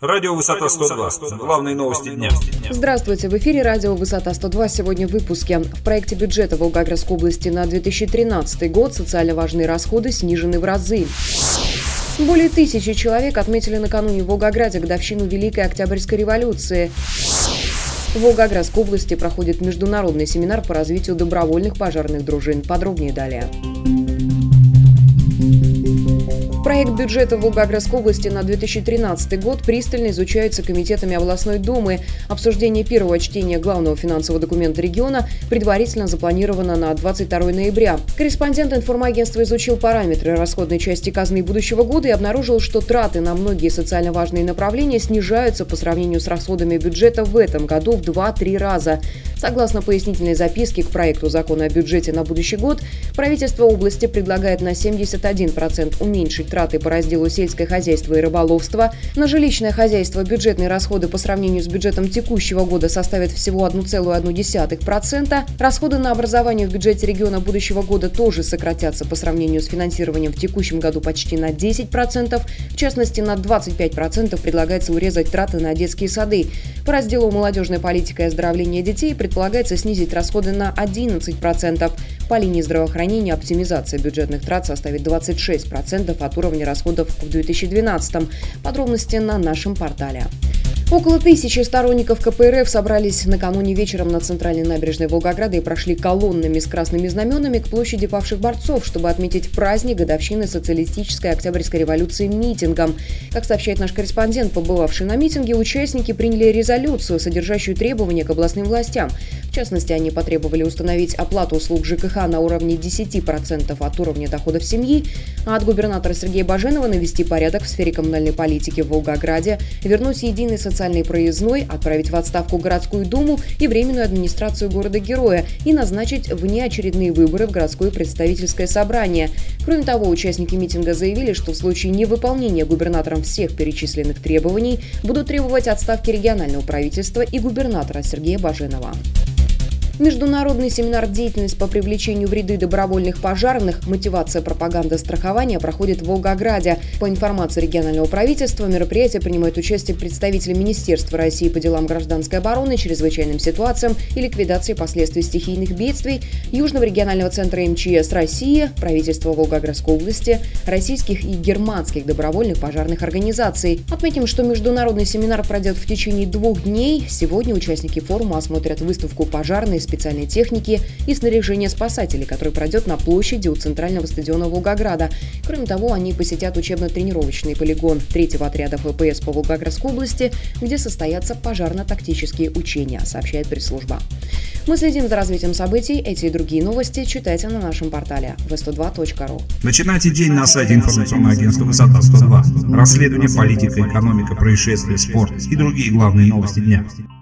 Радио «Высота 102». Главные новости дня. Здравствуйте, в эфире радио «Высота 102». Сегодня в выпуске. В проекте бюджета Волгоградской области на 2013 год социально важные расходы снижены в разы. Более 1000 человек отметили накануне в Волгограде годовщину Великой Октябрьской революции. В Волгоградской области проходит международный семинар по развитию добровольных пожарных дружин. Подробнее далее. Проект бюджета Волгоградской области на 2013 год пристально изучается комитетами областной думы. Обсуждение первого чтения главного финансового документа региона предварительно запланировано на 22 ноября. Корреспондент информагентства изучил параметры расходной части казны будущего года и обнаружил, что траты на многие социально важные направления снижаются по сравнению с расходами бюджета в этом году в 2-3 раза. Согласно пояснительной записке к проекту закона о бюджете на будущий год, правительство области предлагает на 71% уменьшить траты по разделу сельское хозяйство и рыболовство. На жилищное хозяйство бюджетные расходы по сравнению с бюджетом текущего года составят всего 1,1%. Расходы на образование в бюджете региона будущего года тоже сократятся по сравнению с финансированием в текущем году почти на 10%. В частности, на 25% предлагается урезать траты на детские сады. По разделу молодежная политика и оздоровление детей предполагается снизить расходы на 11%. По линии здравоохранения оптимизация бюджетных трат составит 26% от уровня расходов в 2012. Подробности на нашем портале. Около 1000 сторонников КПРФ собрались накануне вечером на центральной набережной Волгограда и прошли колоннами с красными знаменами к площади павших борцов, чтобы отметить праздник годовщины социалистической Октябрьской революции митингом. Как сообщает наш корреспондент, побывавший на митинге, участники приняли резолюцию, содержащую требования к областным властям. В частности, они потребовали установить оплату услуг ЖКХ на уровне 10% от уровня доходов семьи, а от губернатора Сергея Баженова навести порядок в сфере коммунальной политики в Волгограде, вернуть единый социальный проездной, отправить в отставку городскую думу и временную администрацию города-героя и назначить внеочередные выборы в городское представительское собрание. Кроме того, участники митинга заявили, что в случае невыполнения губернатором всех перечисленных требований будут требовать отставки регионального правительства и губернатора Сергея Баженова. Международный семинар «Деятельность по привлечению в ряды добровольных пожарных. Мотивация, пропаганда, страхование» проходит в Волгограде. По информации регионального правительства, в мероприятии принимают участие представители Министерства России по делам гражданской обороны, чрезвычайным ситуациям и ликвидации последствий стихийных бедствий, Южного регионального центра МЧС России, правительства Волгоградской области, российских и германских добровольных пожарных организаций. Отметим, что международный семинар пройдет в течение 2 дней. Сегодня участники форума осмотрят выставку пожарной, специальной техники и снаряжения спасателей, который пройдет на площади у центрального стадиона Волгограда. Кроме того, они посетят учебно-тренировочный полигон 3-го отряда ФПС по Волгоградской области, где состоятся пожарно-тактические учения, сообщает пресс-служба. Мы следим за развитием событий. Эти и другие новости читайте на нашем портале v102.ru. Начинайте день на сайте информационного агентства «Высота 102». Расследование, политика, экономика, происшествия, спорт и другие главные новости дня.